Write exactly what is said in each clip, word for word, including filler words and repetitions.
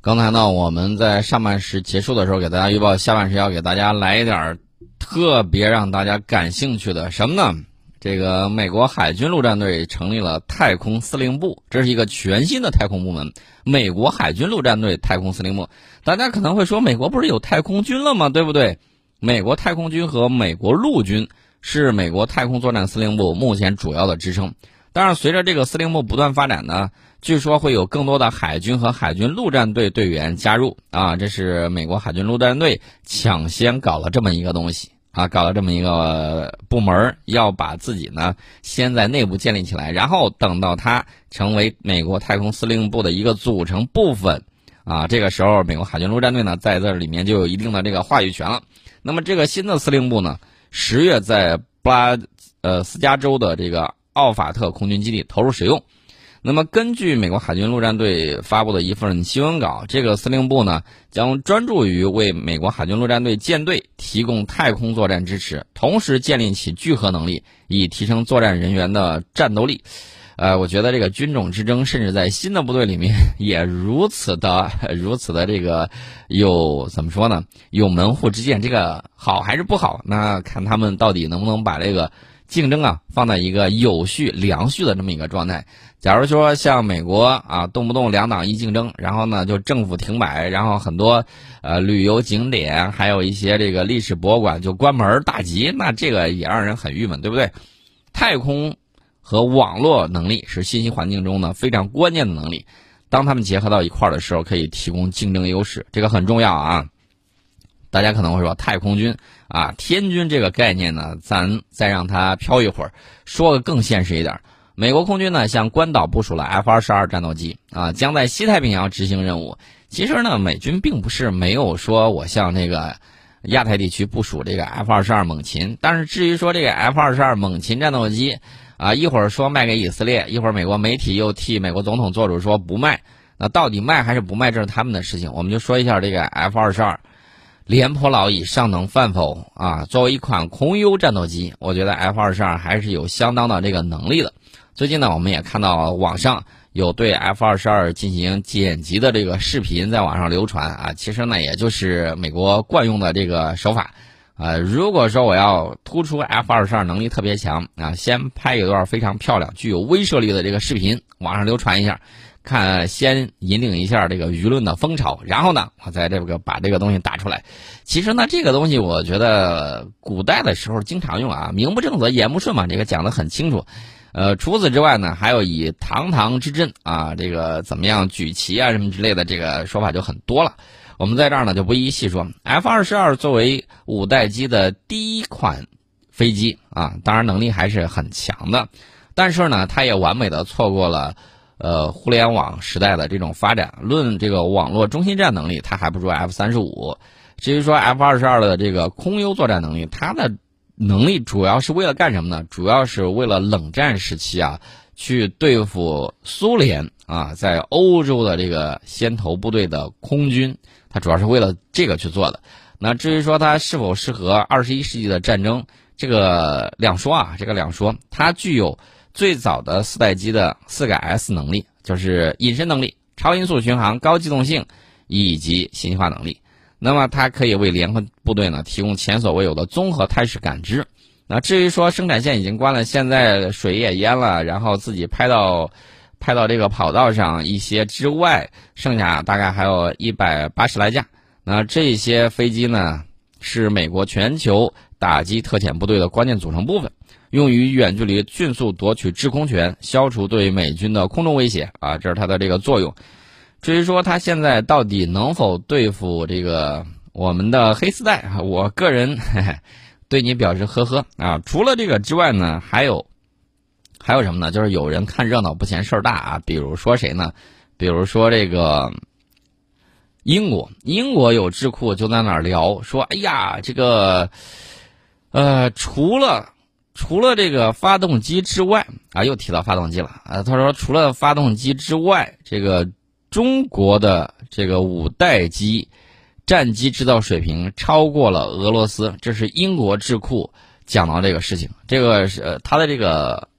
刚才呢，我们在上半时结束的时候给大家预报，下半时要给大家来一点特别让大家感兴趣的什么呢？这个美国海军陆战队成立了太空司令部，这是一个全新的太空部门——美国海军陆战队太空司令部。大家可能会说，美国不是有太空军了吗？对不对？美国太空军和美国陆军是美国太空作战司令部目前主要的支撑。当然，随着这个司令部不断发展呢，据说会有更多的海军和海军陆战队队员加入啊，这是美国海军陆战队抢先搞了这么一个东西啊，搞了这么一个部门，要把自己呢先在内部建立起来，然后等到它成为美国太空司令部的一个组成部分啊，这个时候美国海军陆战队呢在这里面就有一定的这个话语权了。那么这个新的司令部呢，十月在布拉呃斯加州的这个奥法特空军基地投入使用。那么根据美国海军陆战队发布的一份新闻稿，这个司令部呢将专注于为美国海军陆战队舰队提供太空作战支持，同时建立起聚合能力，以提升作战人员的战斗力。呃，我觉得这个军种之争，甚至在新的部队里面也如此的如此的这个有怎么说呢？有门户之见，这个好还是不好？那看他们到底能不能把这个竞争啊放在一个有序良序的这么一个状态。假如说像美国啊，动不动两党一竞争，然后呢就政府停摆，然后很多呃旅游景点还有一些这个历史博物馆就关门大吉，那这个也让人很郁闷，对不对？太空和网络能力是信息环境中呢非常关键的能力，当他们结合到一块儿的时候，可以提供竞争优势，这个很重要啊。大家可能会说太空军啊，天军这个概念呢，咱再让它飘一会儿，说个更现实一点。美国空军呢向关岛部署了 F 二十二 战斗机啊，将在西太平洋执行任务。其实呢，美军并不是没有说我向这个亚太地区部署这个 F 二十二 猛禽，但是至于说这个 F 二十二 猛禽战斗机啊，一会儿说卖给以色列，一会儿美国媒体又替美国总统做主说不卖，那到底卖还是不卖，这是他们的事情。我们就说一下这个 F 二十二。廉颇老矣，尚能饭否啊？作为一款空优战斗机，我觉得 F 二十二 还是有相当的这个能力的。最近呢，我们也看到网上有对 F 二十二 进行剪辑的这个视频在网上流传啊，其实呢，也就是美国惯用的这个手法啊。如果说我要突出 F 二十二 能力特别强啊，先拍一段非常漂亮、具有威慑力的这个视频，网上流传一下。看，先引领一下这个舆论的风潮，然后呢，我再这个把这个东西打出来。其实呢，这个东西我觉得古代的时候经常用啊，名不正则言不顺嘛，这个讲得很清楚。呃，除此之外呢，还有以堂堂之阵啊，这个怎么样举旗啊什么之类的，这个说法就很多了。我们在这儿呢就不一一细说。F 二十二 作为五代机的第一款飞机啊，当然能力还是很强的，但是呢，它也完美的错过了。呃，互联网时代的这种发展，论这个网络中心战能力，它还不如 F 三十五。至于说 F 二十二 的这个空优作战能力，它的能力主要是为了干什么呢？主要是为了冷战时期啊，去对付苏联啊，在欧洲的这个先头部队的空军，它主要是为了这个去做的。那至于说它是否适合二十一世纪的战争，这个两说啊，这个两说，它具有最早的四代机的四个 S 能力，就是隐身能力、超音速巡航、高机动性以及信息化能力。那么它可以为联合部队呢提供前所未有的综合态势感知。那至于说生产线已经关了，现在水也淹了，然后自己拍到拍到这个跑道上一些之外，剩下大概还有一百八十来架。那这些飞机呢，是美国全球打击特遣部队的关键组成部分。用于远距离迅速夺取制空权，消除对美军的空中威胁啊，这是它的这个作用。至于说它现在到底能否对付这个我们的黑丝带，我个人嘿嘿对你表示呵呵啊。除了这个之外呢，还有还有什么呢？就是有人看热闹不嫌事儿大啊。比如说谁呢？比如说这个英国，英国有智库就在那儿聊说，哎呀，这个呃，除了除了这个发动机之外啊，又提到发动机了啊。他说，除了发动机之外，这个中国的这个五代机战机制造水平超过了俄罗斯，这是英国智库讲到这个事情。这个是、呃、他的这个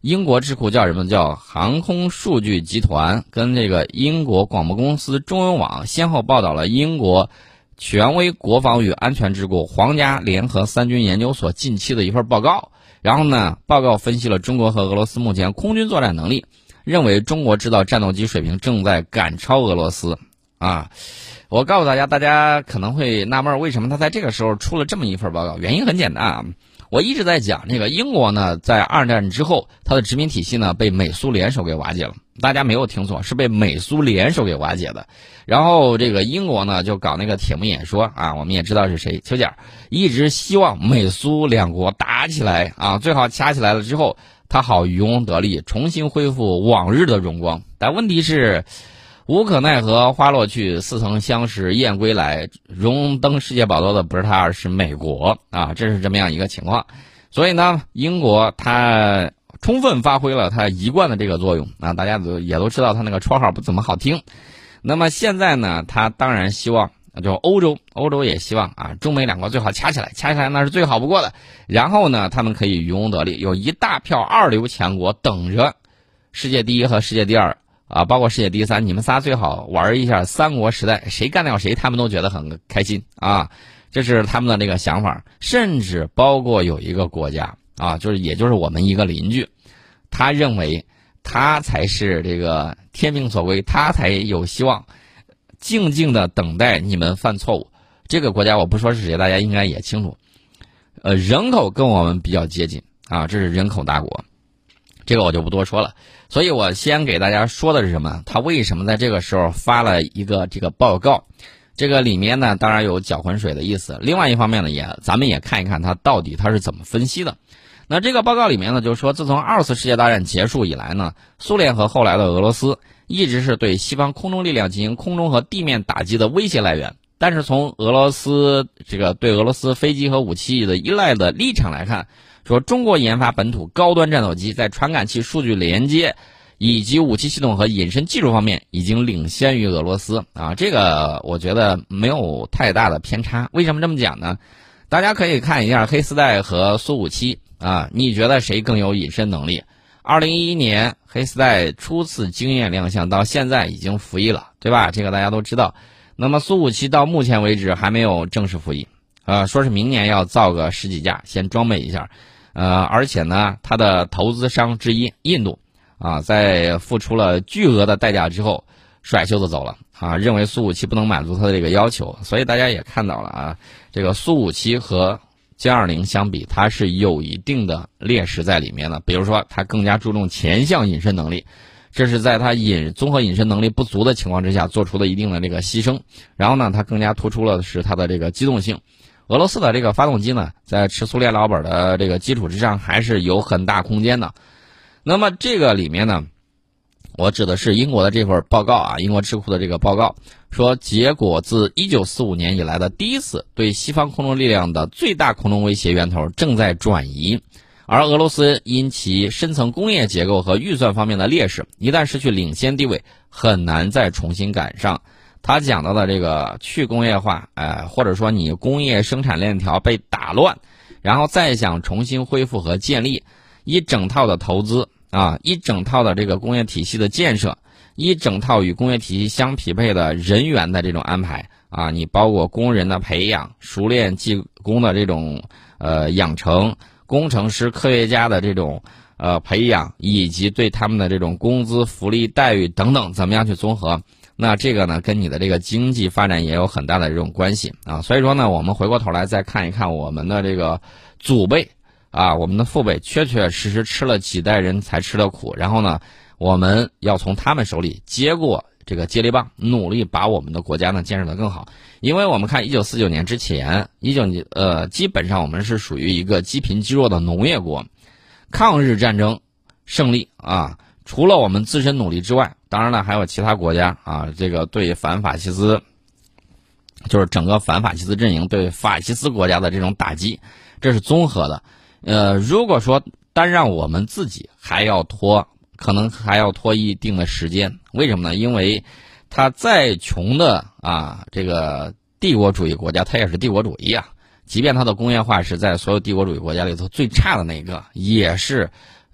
英国智库叫什么？叫航空数据集团，跟这个英国广播公司中文网先后报道了英国权威国防与安全智库皇家联合三军研究所近期的一份报告。然后呢，报告分析了中国和俄罗斯目前空军作战能力，认为中国制造战斗机水平正在赶超俄罗斯啊。我告诉大家，大家可能会纳闷为什么他在这个时候出了这么一份报告，原因很简单啊。我一直在讲这个英国呢，在二战之后，它的殖民体系呢被美苏联手给瓦解了。大家没有听错，是被美苏联手给瓦解的。然后这个英国呢就搞那个铁幕演说啊，我们也知道是谁，丘吉尔一直希望美苏两国打起来啊，最好掐起来了之后，他好渔翁得利，重新恢复往日的荣光。但问题是，无可奈何花落去，似曾相识燕归来，荣登世界宝座的不是他，而是美国啊，这是这么样一个情况。所以呢，英国它充分发挥了它一贯的这个作用啊，大家都也都知道它那个绰号不怎么好听。那么现在呢，他当然希望就欧洲欧洲也希望啊，中美两国最好掐起来，掐起来那是最好不过的。然后呢，他们可以渔翁得利，有一大票二流强国等着世界第一和世界第二啊，包括世界第三，你们仨最好玩一下三国时代，谁干掉谁他们都觉得很开心啊，这是他们的这个想法。甚至包括有一个国家啊，就是也就是我们一个邻居，他认为他才是这个天命所归，他才有希望，静静的等待你们犯错误。这个国家我不说是谁，大家应该也清楚，呃，人口跟我们比较接近啊，这是人口大国，这个我就不多说了。所以我先给大家说的是什么？他为什么在这个时候发了一个这个报告？这个里面呢，当然有搅浑水的意思。另外一方面呢，也咱们也看一看他到底他是怎么分析的。那这个报告里面呢，就是说，自从二次世界大战结束以来呢，苏联和后来的俄罗斯一直是对西方空中力量进行空中和地面打击的威胁来源。但是从俄罗斯这个对俄罗斯飞机和武器的依赖的立场来看，说中国研发本土高端战斗机在传感器数据连接以及武器系统和隐身技术方面已经领先于俄罗斯啊，这个我觉得没有太大的偏差。为什么这么讲呢？大家可以看一下黑丝带和苏五七啊，你觉得谁更有隐身能力？二零一一年黑丝带初次经验亮相，到现在已经服役了，对吧？这个大家都知道。那么苏五七到目前为止还没有正式服役，呃，说是明年要造个十几架，先装备一下。呃，而且呢，它的投资商之一印度啊，在付出了巨额的代价之后，甩袖子走了啊，认为苏五七不能满足它的这个要求。所以大家也看到了啊，这个苏五七和歼二零相比，它是有一定的劣势在里面的。比如说，它更加注重前向隐身能力，这是在它隐综合隐身能力不足的情况之下做出了一定的这个牺牲。然后呢，它更加突出了是它的这个机动性。俄罗斯的这个发动机呢，在吃苏联老本的这个基础之上，还是有很大空间的。那么这个里面呢，我指的是英国的这份报告啊，英国智库的这个报告说，结果自一九四五年以来的第一次对西方空中力量的最大空中威胁源头正在转移，而俄罗斯因其深层工业结构和预算方面的劣势，一旦失去领先地位，很难再重新赶上。他讲到的这个去工业化，呃，或者说你工业生产链条被打乱，然后再想重新恢复和建立，一整套的投资啊，一整套的这个工业体系的建设，一整套与工业体系相匹配的人员的这种安排啊，你包括工人的培养、熟练技工的这种呃养成、工程师、科学家的这种呃培养，以及对他们的这种工资、福利待遇等等，怎么样去综合？那这个呢，跟你的这个经济发展也有很大的这种关系啊。所以说呢，我们回过头来再看一看我们的这个祖辈啊，我们的父辈确确实实吃了几代人才吃的苦，然后呢，我们要从他们手里接过这个接力棒，努力把我们的国家呢建设得更好。因为我们看一九四九年之前，一九呃，基本上我们是属于一个积贫积弱的农业国，抗日战争胜利啊。除了我们自身努力之外，当然了，还有其他国家啊，这个对反法西斯，就是整个反法西斯阵营对法西斯国家的这种打击，这是综合的。呃，如果说单让我们自己还要拖，可能还要拖一定的时间。为什么呢？因为它再穷的啊，这个帝国主义国家，它也是帝国主义啊。即便它的工业化是在所有帝国主义国家里头最差的那个，也是。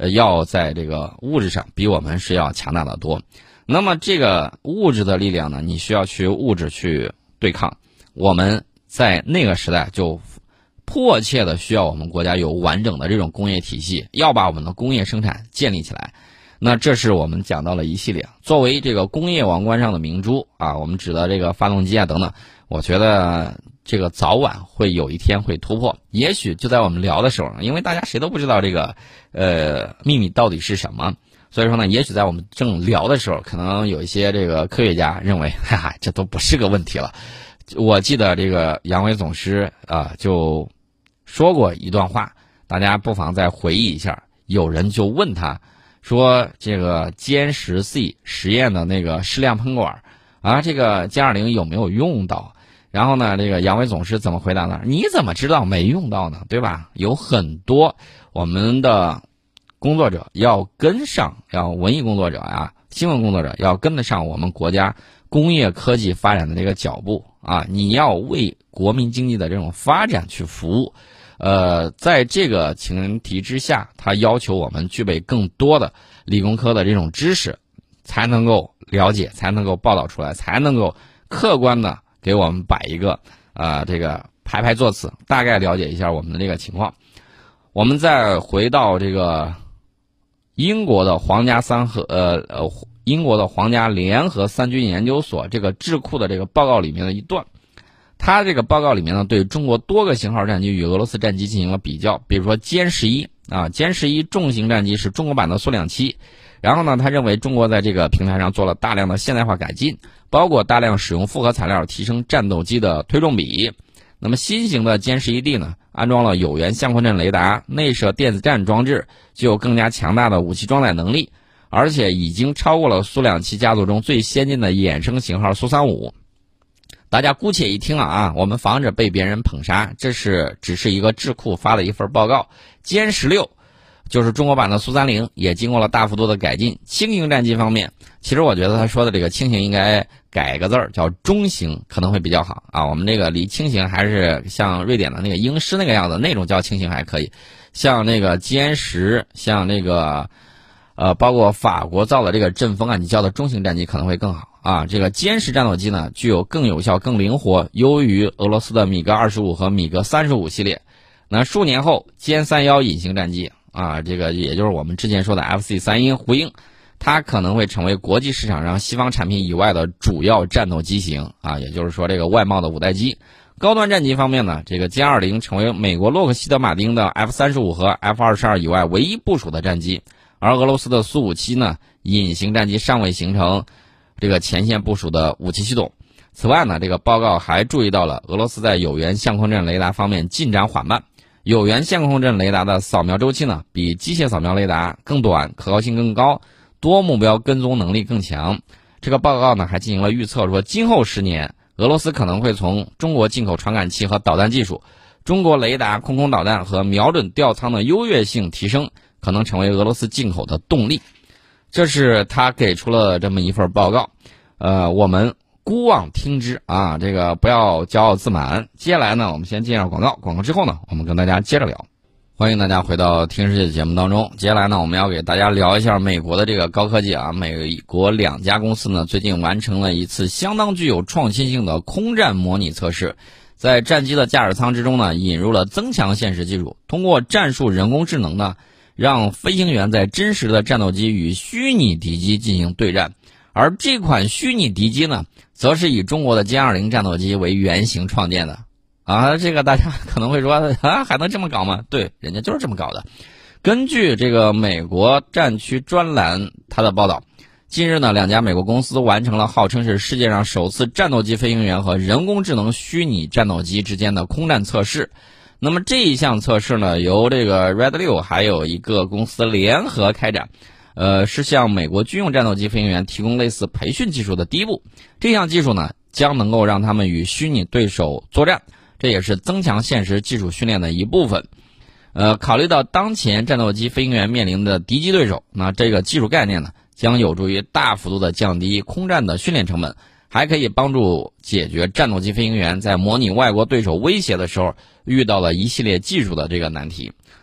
呃，要在这个物质上比我们是要强大的多。那么这个物质的力量呢，你需要去物质去对抗。我们在那个时代就迫切的需要我们国家有完整的这种工业体系，要把我们的工业生产建立起来。那这是我们讲到了一系列作为这个工业王冠上的明珠啊，我们指的这个发动机啊等等，我觉得这个早晚会有一天会突破，也许就在我们聊的时候，因为大家谁都不知道这个呃秘密到底是什么，所以说呢，也许在我们正聊的时候，可能有一些这个科学家认为，哈哈，这都不是个问题了。我记得这个杨伟总师啊就说过一段话，大家不妨再回忆一下。有人就问他说，这个歼十 C 实验的那个矢量喷管啊，这个歼二零有没有用到？然后呢，这个杨伟总师怎么回答呢？你怎么知道没用到呢？对吧？有很多我们的工作者要跟上，要文艺工作者啊，新闻工作者要跟得上我们国家工业科技发展的这个脚步啊！你要为国民经济的这种发展去服务。呃，在这个前提之下，他要求我们具备更多的理工科的这种知识，才能够了解，才能够报道出来，才能够客观的给我们摆一个呃这个排排座次，大概了解一下我们的这个情况。我们再回到这个英国的皇家三合呃呃英国的皇家联合三军研究所这个智库的这个报告里面的一段。他这个报告里面呢，对中国多个型号战机与俄罗斯战机进行了比较，比如说歼十一啊，歼十一重型战机是中国版的苏两七，然后呢，他认为中国在这个平台上做了大量的现代化改进，包括大量使用复合材料，提升战斗机的推重比。那么新型的歼十一 D 呢，安装了有源相控阵雷达、内设电子战装置，具有更加强大的武器装载能力，而且已经超过了苏两七家族中最先进的衍生型号苏三五。大家姑且一听啊啊，我们防止被别人捧杀，这是只是一个智库发的一份报告。歼十六就是中国版的苏三零，也经过了大幅度的改进。轻型战机方面，其实我觉得他说的这个轻型应该改个字儿，叫中型，可能会比较好啊。我们这个离轻型还是像瑞典的那个鹰狮那个样子，那种叫轻型还可以。像那个歼十，像那个呃，包括法国造的这个阵风啊，你叫的中型战机可能会更好。啊，这个歼十战斗机呢，具有更有效、更灵活，优于俄罗斯的米格二十五和米格三十五系列。那数年后，歼三幺隐形战机啊，这个也就是我们之前说的 F C 三鹰胡鹰，它可能会成为国际市场上西方产品以外的主要战斗机型啊，也就是说这个外贸的五代机。高端战机方面呢，这个歼二零成为美国洛克希德马丁的 F 三十五和 F 二十二以外唯一部署的战机，而俄罗斯的苏五七呢，隐形战机尚未形成这个前线部署的武器系统。此外呢，这个报告还注意到了俄罗斯在有源相控阵雷达方面进展缓慢。有源相控阵雷达的扫描周期呢，比机械扫描雷达更短，可靠性更高，多目标跟踪能力更强。这个报告呢还进行了预测，说今后十年，俄罗斯可能会从中国进口传感器和导弹技术，中国雷达、空空导弹和瞄准吊舱的优越性提升，可能成为俄罗斯进口的动力。这是他给出了这么一份报告，呃，我们姑妄听之啊，这个不要骄傲自满。接下来呢，我们先介绍广告，广告之后呢，我们跟大家接着聊。欢迎大家回到听世界的节目当中。接下来呢，我们要给大家聊一下美国的这个高科技啊，美国两家公司呢最近完成了一次相当具有创新性的空战模拟测试，在战机的驾驶舱之中呢，引入了增强现实技术，通过战术人工智能呢，让飞行员在真实的战斗机与虚拟敌机进行对战，而这款虚拟敌机呢，则是以中国的歼二零战斗机为原型创建的。啊，这个大家可能会说啊，还能这么搞吗？对，人家就是这么搞的。根据这个美国战区专栏它的报道，近日呢，两家美国公司完成了号称是世界上首次战斗机飞行员和人工智能虚拟战斗机之间的空战测试。那么这一项测试呢，由这个 Red 六还有一个公司联合开展，呃，是向美国军用战斗机飞行员提供类似培训技术的第一步。这项技术呢，将能够让他们与虚拟对手作战，这也是增强现实技术训练的一部分。呃，考虑到当前战斗机飞行员面临的敌机对手，那这个技术概念呢，将有助于大幅度的降低空战的训练成本，还可以帮助解决战斗机飞行员在模拟外国对手威胁的时候遇到了一系列技术的这个难题。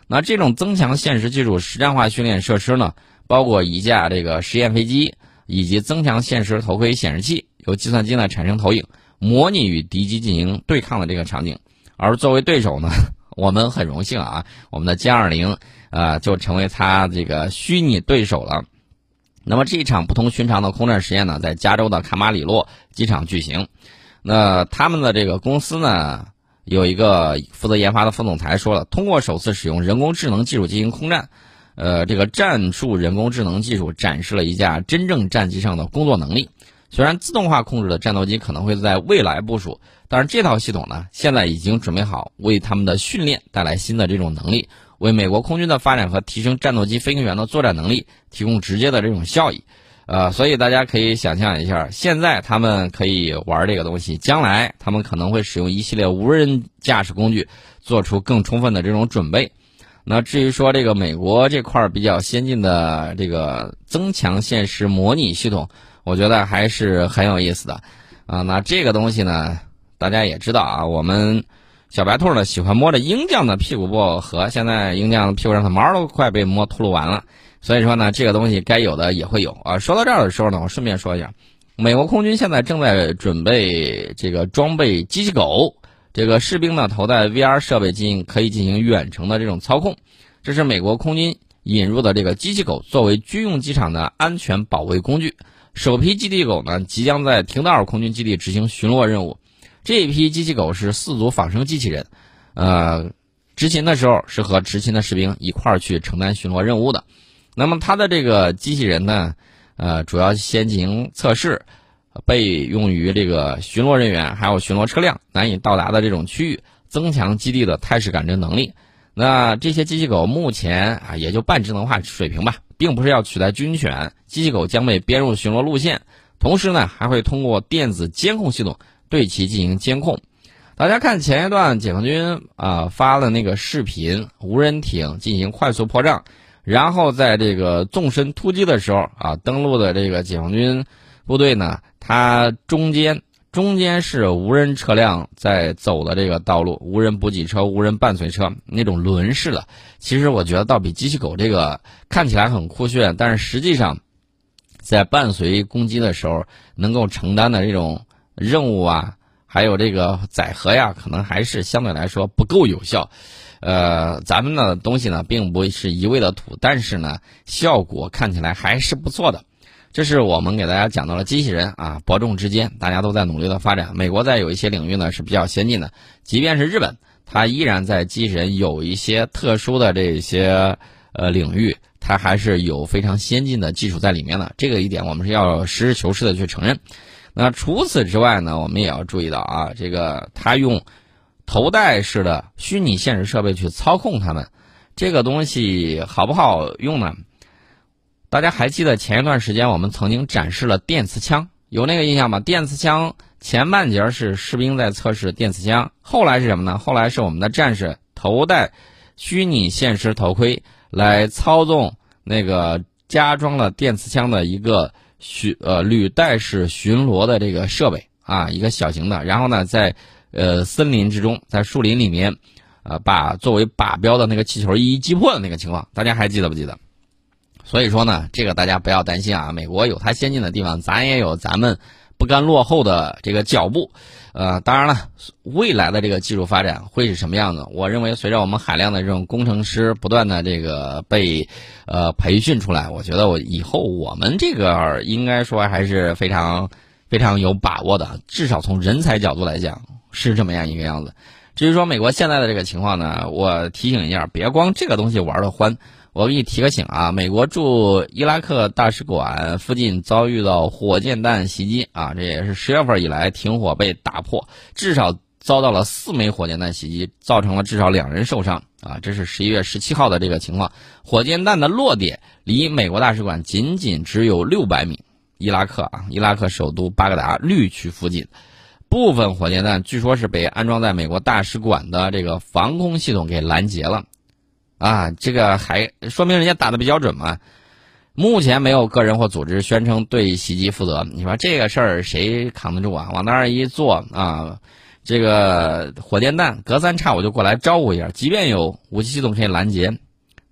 那这种增强现实技术实战化训练设施呢，包括一架这个实验飞机以及增强现实头盔显示器，由计算机呢产生投影，模拟与敌机进行对抗的这个场景。而作为对手呢，我们很荣幸啊，我们的歼二零呃就成为他这个虚拟对手了。那么这一场不同寻常的空战实验呢，在加州的卡马里洛机场举行。那他们的这个公司呢，有一个负责研发的副总裁说了，通过首次使用人工智能技术进行空战，呃，这个战术人工智能技术展示了一架真正战机上的工作能力。虽然自动化控制的战斗机可能会在未来部署，但是这套系统呢，现在已经准备好为他们的训练带来新的这种能力，为美国空军的发展和提升战斗机飞行员的作战能力提供直接的这种效益。呃，所以大家可以想象一下，现在他们可以玩这个东西，将来他们可能会使用一系列无人驾驶工具，做出更充分的这种准备。那至于说这个美国这块比较先进的这个增强现实模拟系统，我觉得还是很有意思的啊。那这个东西呢，大家也知道啊，我们小白兔呢喜欢摸着鹰将的屁股不好合，现在鹰将的屁股上的毛都快被摸秃噜完了。所以说呢，这个东西该有的也会有啊。说到这儿的时候呢，我顺便说一下，美国空军现在正在准备这个装备机器狗，这个士兵呢头戴 V R 设备进行可以进行远程的这种操控。这是美国空军引入的这个机器狗，作为军用机场的安全保卫工具。首批基地狗呢，即将在廷德尔空军基地执行巡逻任务。这一批机器狗是四组仿生机器人，呃，执勤的时候是和执勤的士兵一块儿去承担巡逻任务的。那么它的这个机器人呢，呃，主要先进行测试，被用于这个巡逻人员还有巡逻车辆难以到达的这种区域，增强基地的态势感知能力。那这些机器狗目前啊也就半智能化水平吧，并不是要取代军犬。机器狗将被编入巡逻路线，同时呢还会通过电子监控系统对其进行监控。大家看前一段解放军啊、呃、发了那个视频，无人艇进行快速破障，然后在这个纵深突击的时候啊，登陆的这个解放军部队呢，它中间中间是无人车辆在走的这个道路，无人补给车、无人伴随车那种轮式的。其实我觉得倒比机器狗这个看起来很酷炫，但是实际上在伴随攻击的时候能够承担的这种任务啊，还有这个载荷呀，可能还是相对来说不够有效。呃，咱们的东西呢，并不是一味的土，但是呢，效果看起来还是不错的。这是我们给大家讲到了机器人啊，伯仲之间，大家都在努力的发展。美国在有一些领域呢是比较先进的，即便是日本，它依然在机器人有一些特殊的这些呃领域，它还是有非常先进的技术在里面的。这个一点我们是要实事求是的去承认。那除此之外呢，我们也要注意到啊，这个它用头戴式的虚拟现实设备去操控它们，这个东西好不好用呢？大家还记得前一段时间我们曾经展示了电磁枪，有那个印象吗？电磁枪前半截是士兵在测试电磁枪，后来是什么呢？后来是我们的战士头戴虚拟现实头盔来操纵那个加装了电磁枪的一个巡呃履带式巡逻的这个设备啊，一个小型的，然后呢在呃森林之中，在树林里面呃把作为靶标的那个气球一一击破的那个情况，大家还记得不记得？所以说呢，这个大家不要担心啊，美国有它先进的地方，咱也有咱们不甘落后的这个脚步。呃，当然了，未来的这个技术发展会是什么样子？我认为随着我们海量的这种工程师不断的这个被呃培训出来，我觉得我以后我们这个应该说还是非常非常有把握的，至少从人才角度来讲是这么样一个样子。至于说美国现在的这个情况呢，我提醒一下，别光这个东西玩得欢。我给你提个醒啊，美国驻伊拉克大使馆附近遭遇到火箭弹袭击啊，这也是十月份以来停火被打破，至少遭到了四枚火箭弹袭击，造成了至少两人受伤啊。这是十一月十七号的这个情况，火箭弹的落点离美国大使馆仅仅只有六百米，伊拉克啊，伊拉克首都巴格达绿区附近。部分火箭弹据说是被安装在美国大使馆的这个防空系统给拦截了。啊，这个还说明人家打得比较准嘛。目前没有个人或组织宣称对袭击负责，你说这个事儿谁扛得住啊？往那儿一坐啊，这个火箭弹隔三差五就过来招呼一下，即便有武器系统可以拦截，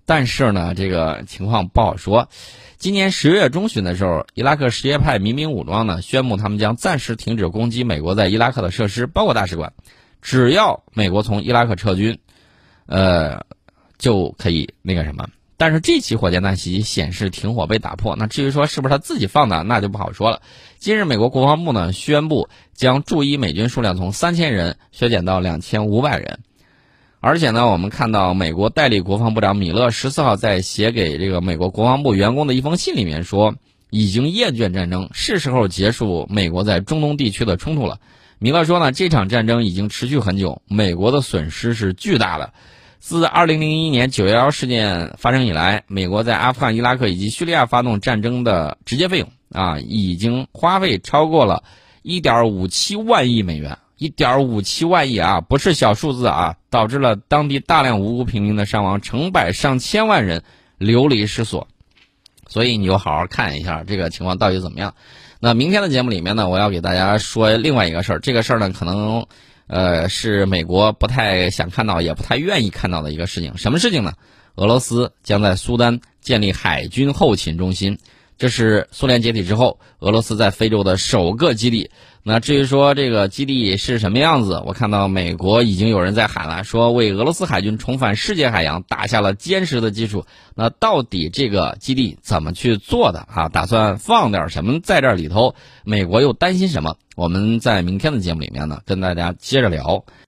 但是呢，这个情况不好说。今年十月中旬的时候，伊拉克什叶派民兵武装呢宣布他们将暂时停止攻击美国在伊拉克的设施，包括大使馆，只要美国从伊拉克撤军，呃，就可以那个什么。但是这起火箭弹袭击显示停火被打破，那至于说是不是他自己放的，那就不好说了。今日美国国防部呢宣布将驻伊美军数量从三千人削减到两千五百人。而且呢，我们看到美国代理国防部长米勒十四号在写给这个美国国防部员工的一封信里面说，已经厌倦战争，是时候结束美国在中东地区的冲突了。米勒说呢，这场战争已经持续很久，美国的损失是巨大的。自二零零一年九一一事件发生以来，美国在阿富汗、伊拉克以及叙利亚发动战争的直接费用啊，已经花费超过了 一点五七万亿美元。一点五七万亿啊，不是小数字啊，导致了当地大量无辜平民的伤亡，成百上千万人流离失所。所以你就好好看一下这个情况到底怎么样。那明天的节目里面呢，我要给大家说另外一个事儿，这个事儿呢可能呃是美国不太想看到也不太愿意看到的一个事情。什么事情呢？俄罗斯将在苏丹建立海军后勤中心，这是苏联解体之后俄罗斯在非洲的首个基地。那至于说这个基地是什么样子，我看到美国已经有人在喊了，说为俄罗斯海军重返世界海洋打下了坚实的基础。那到底这个基地怎么去做的啊？打算放点什么在这里头？美国又担心什么？我们在明天的节目里面呢，跟大家接着聊。